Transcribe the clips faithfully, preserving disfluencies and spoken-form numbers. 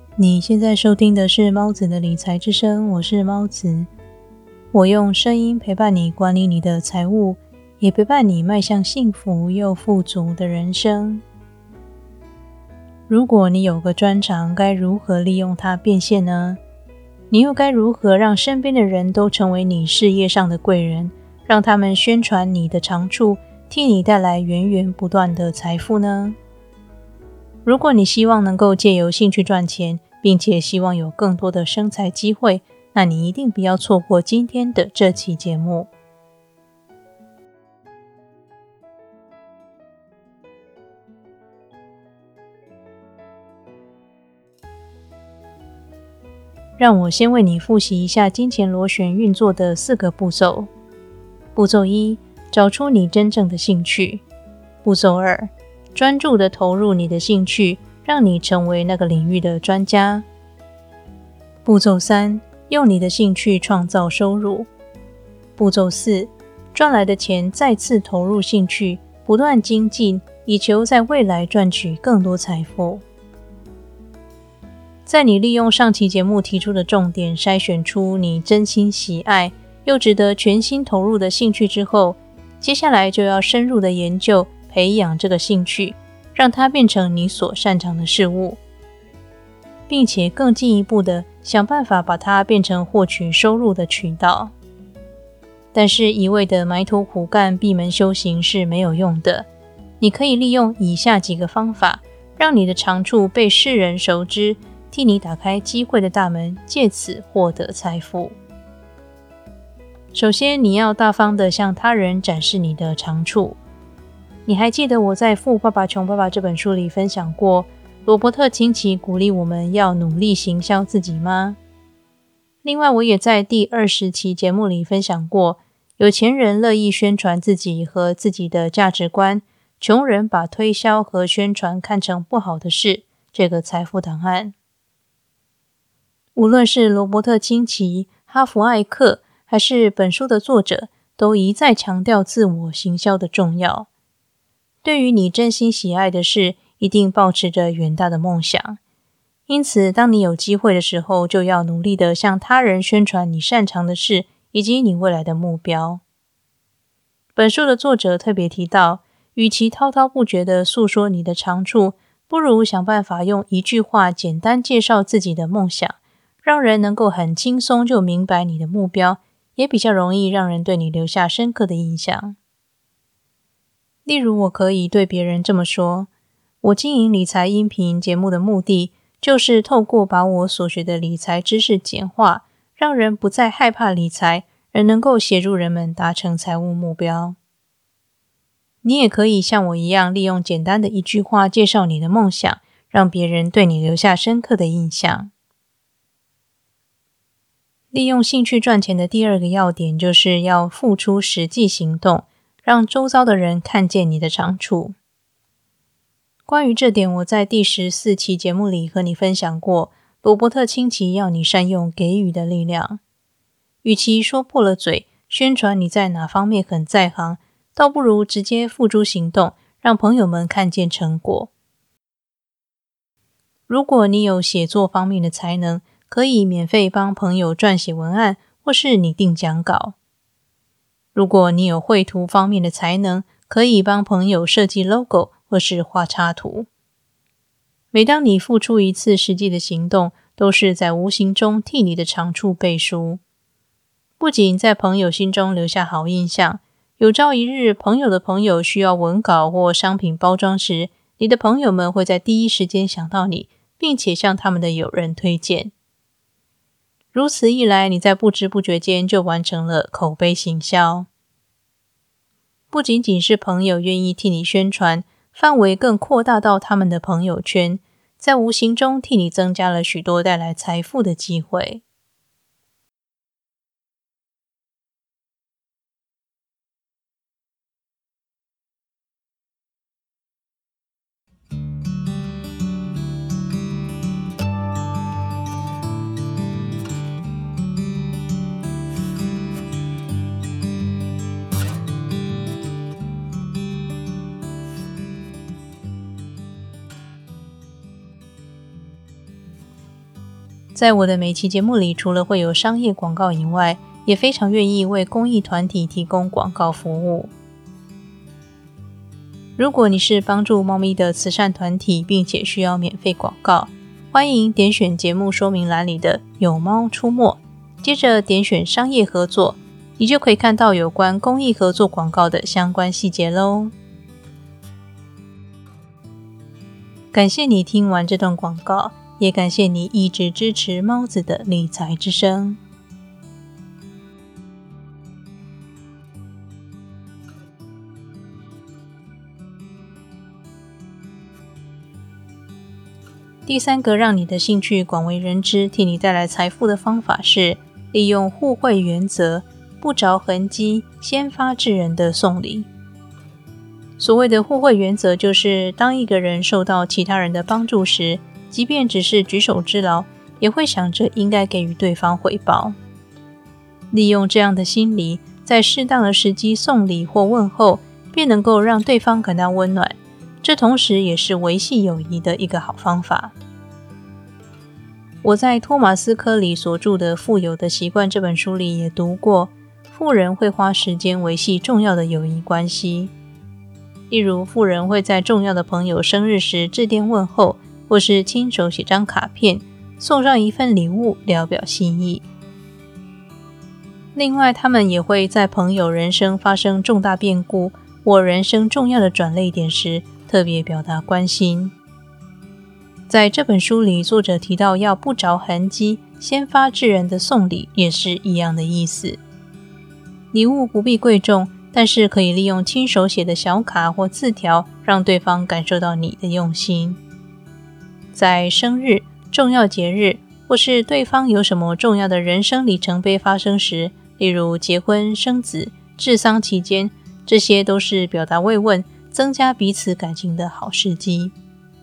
你现在收听的是猫子的理财之声，我是猫子。我用声音陪伴你管理你的财务，也陪伴你迈向幸福又富足的人生。如果你有个专长，该如何利用它变现呢？你又该如何让身边的人都成为你事业上的贵人，让他们宣传你的长处，替你带来源源不断的财富呢？如果你希望能够借由兴趣赚钱，并且希望有更多的生财机会，那你一定不要错过今天的这期节目。让我先为你复习一下金钱螺旋运作的四个步骤。步骤一，找出你真正的兴趣。步骤二，专注地投入你的兴趣，让你成为那个领域的专家。步骤三，用你的兴趣创造收入。步骤四，赚来的钱再次投入兴趣，不断精进，以求在未来赚取更多财富。在你利用上期节目提出的重点筛选出你真心喜爱又值得全心投入的兴趣之后，接下来就要深入的研究培养这个兴趣，让它变成你所擅长的事物，并且更进一步的想办法把它变成获取收入的渠道。但是一味的埋头苦干闭门修行是没有用的，你可以利用以下几个方法，让你的长处被世人熟知，替你打开机会的大门，借此获得财富。首先，你要大方地向他人展示你的长处。你还记得我在《富爸爸穷爸爸》这本书里分享过，罗伯特清崎鼓励我们要努力行销自己吗？另外，我也在第二十期节目里分享过，有钱人乐意宣传自己和自己的价值观，穷人把推销和宣传看成不好的事，这个财富档案。无论是罗伯特清崎、哈佛艾克，还是本书的作者，都一再强调自我行销的重要。对于你真心喜爱的事，一定抱持着远大的梦想。因此，当你有机会的时候，就要努力地向他人宣传你擅长的事，以及你未来的目标。本书的作者特别提到，与其滔滔不绝地诉说你的长处，不如想办法用一句话简单介绍自己的梦想，让人能够很轻松就明白你的目标，也比较容易让人对你留下深刻的印象。例如，我可以对别人这么说：我经营理财音频节目的目的，就是透过把我所学的理财知识简化，让人不再害怕理财，而能够协助人们达成财务目标。你也可以像我一样，利用简单的一句话介绍你的梦想，让别人对你留下深刻的印象。利用兴趣赚钱的第二个要点，就是要付出实际行动，让周遭的人看见你的长处。关于这点，我在第十四期节目里和你分享过，罗伯特清崎要你善用给予的力量。与其说破了嘴，宣传你在哪方面很在行，倒不如直接付诸行动，让朋友们看见成果。如果你有写作方面的才能，可以免费帮朋友撰写文案，或是拟定讲稿。如果你有绘图方面的才能，可以帮朋友设计 logo 或是画插图。每当你付出一次实际的行动，都是在无形中替你的长处背书。不仅在朋友心中留下好印象，有朝一日朋友的朋友需要文稿或商品包装时，你的朋友们会在第一时间想到你，并且向他们的友人推荐。如此一来，你在不知不觉间就完成了口碑行销。不仅仅是朋友愿意替你宣传，范围更扩大到他们的朋友圈，在无形中替你增加了许多带来财富的机会。 在我的每期节目里，除了会有商业广告以外，也非常愿意为公益团体提供广告服务。如果你是帮助猫咪的慈善团体，并且需要免费广告，欢迎点选节目说明栏里的有猫出没，接着点选商业合作，你就可以看到有关公益合作广告的相关细节咯。感谢你听完这段广告，也感谢你一直支持猫子的理财之声。第三个让你的兴趣广为人知，替你带来财富的方法是利用互惠原则，不着痕迹，先发制人的送礼。所谓的互惠原则，就是当一个人受到其他人的帮助时，即便只是举手之劳，也会想着应该给予对方回报。利用这样的心理，在适当的时机送礼或问候，便能够让对方感到温暖，这同时也是维系友谊的一个好方法。我在托马斯·科里所著的《富有的习惯》这本书里也读过，富人会花时间维系重要的友谊关系。例如，富人会在重要的朋友生日时致电问候，或是亲手写张卡片，送上一份礼物，聊表心意。另外，他们也会在朋友人生发生重大变故或人生重要的转捩点时，特别表达关心。在这本书里，作者提到要不着痕迹，先发制人的送礼也是一样的意思。礼物不必贵重，但是可以利用亲手写的小卡或字条，让对方感受到你的用心。在生日、重要节日，或是对方有什么重要的人生里程碑发生时，例如结婚、生子、治丧期间，这些都是表达慰问、增加彼此感情的好时机。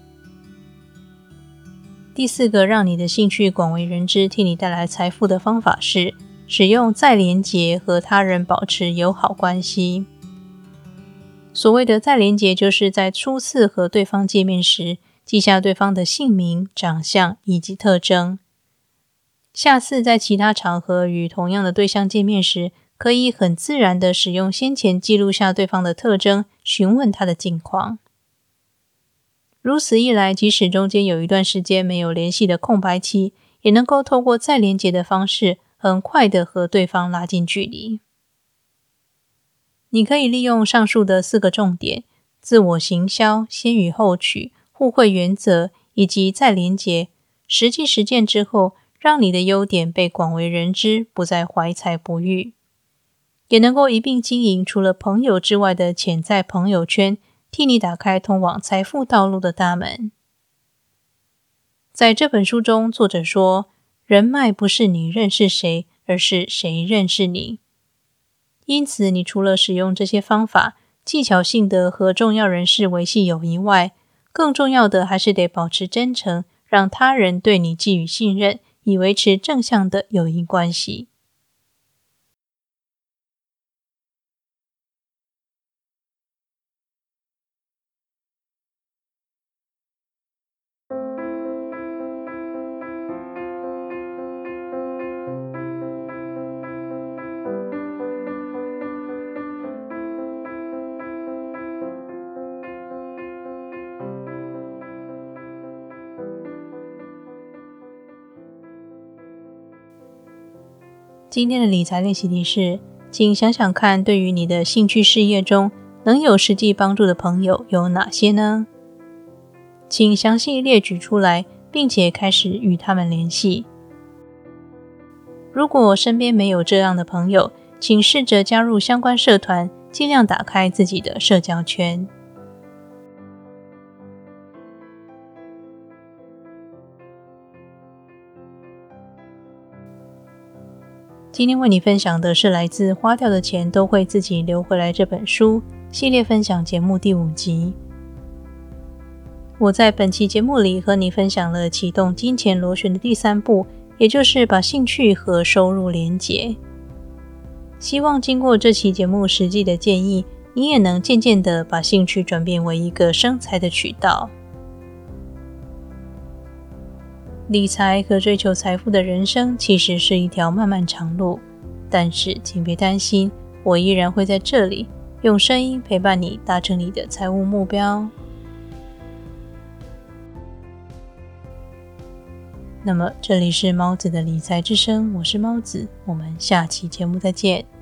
第四个让你的兴趣广为人知，替你带来财富的方法是使用再连结和他人保持友好关系。所谓的再连结，就是在初次和对方见面时，记下对方的姓名、长相以及特征。下次在其他场合与同样的对象见面时，可以很自然地使用先前记录下对方的特征，询问他的近况。如此一来，即使中间有一段时间没有联系的空白期，也能够透过再连结的方式，很快地和对方拉近距离。你可以利用上述的四个重点：自我行销、先予后取、互惠原则以及再连结，实际实践之后，让你的优点被广为人知，不再怀才不遇，也能够一并经营除了朋友之外的潜在朋友圈，替你打开通往财富道路的大门。在这本书中，作者说，人脉不是你认识谁，而是谁认识你。因此，你除了使用这些方法，技巧性的和重要人士维系友谊外，更重要的还是得保持真诚，让他人对你寄予信任，以维持正向的友谊关系。今天的理财练习题是，请想想看，对于你的兴趣事业中能有实际帮助的朋友有哪些呢？请详细列举出来，并且开始与他们联系。如果身边没有这样的朋友，请试着加入相关社团，尽量打开自己的社交圈。今天为你分享的是来自《花掉的钱都会自己留回来》这本书系列分享节目第五集。我在本期节目里和你分享了启动金钱螺旋的第三步，也就是把兴趣和收入连结。希望经过这期节目实际的建议，你也能渐渐地把兴趣转变为一个生财的渠道。 理财和追求财富的人生其实是一条漫漫长路，但是请别担心，我依然会在这里用声音陪伴你达成你的财务目标。那么这里是猫子的理财之声，我是猫子，我们下期节目再见。